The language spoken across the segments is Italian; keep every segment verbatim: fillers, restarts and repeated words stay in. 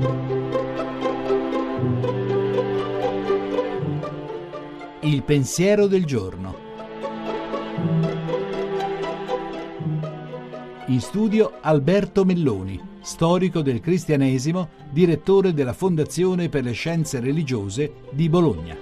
Il pensiero del giorno. In studio Alberto Melloni, storico del cristianesimo, direttore della Fondazione per le Scienze Religiose di Bologna.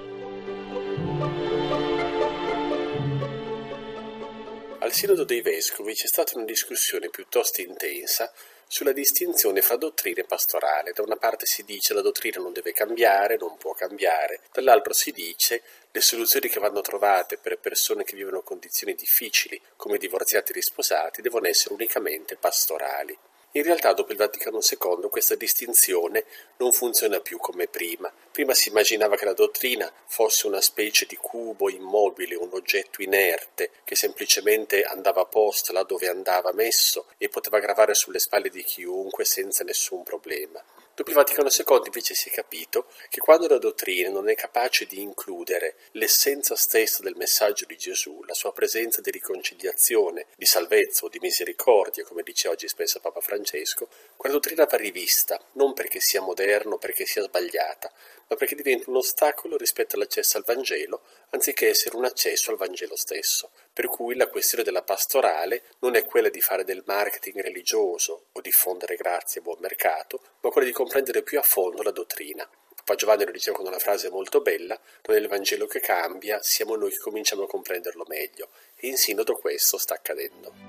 Al Sinodo dei Vescovi c'è stata una discussione piuttosto intensa sulla distinzione fra dottrina e pastorale. Da una parte si dice la dottrina non deve cambiare, non può cambiare, dall'altro si dice le soluzioni che vanno trovate per persone che vivono condizioni difficili, come divorziati e risposati, devono essere unicamente pastorali. In realtà, dopo il Vaticano secondo, questa distinzione non funziona più come prima. Prima si immaginava che la dottrina fosse una specie di cubo immobile, un oggetto inerte, che semplicemente andava posto là dove andava messo e poteva gravare sulle spalle di chiunque senza nessun problema. Dopo il Vaticano secondo invece si è capito che quando la dottrina non è capace di includere l'essenza stessa del messaggio di Gesù, la sua presenza di riconciliazione, di salvezza o di misericordia, come dice oggi spesso Papa Francesco, quella dottrina va rivista, non perché sia moderna o perché sia sbagliata, ma perché diventa un ostacolo rispetto all'accesso al Vangelo, anziché essere un accesso al Vangelo stesso. Per cui la questione della pastorale non è quella di fare del marketing religioso o diffondere grazie a buon mercato, ma quella di comprendere più a fondo la dottrina. Papa Giovanni lo diceva con una frase molto bella: non è il Vangelo che cambia, siamo noi che cominciamo a comprenderlo meglio. E in Sinodo questo sta accadendo.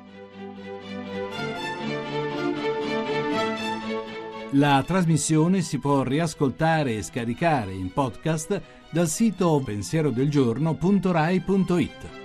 La trasmissione si può riascoltare e scaricare in podcast dal sito pensierodelgiorno punto rai punto it.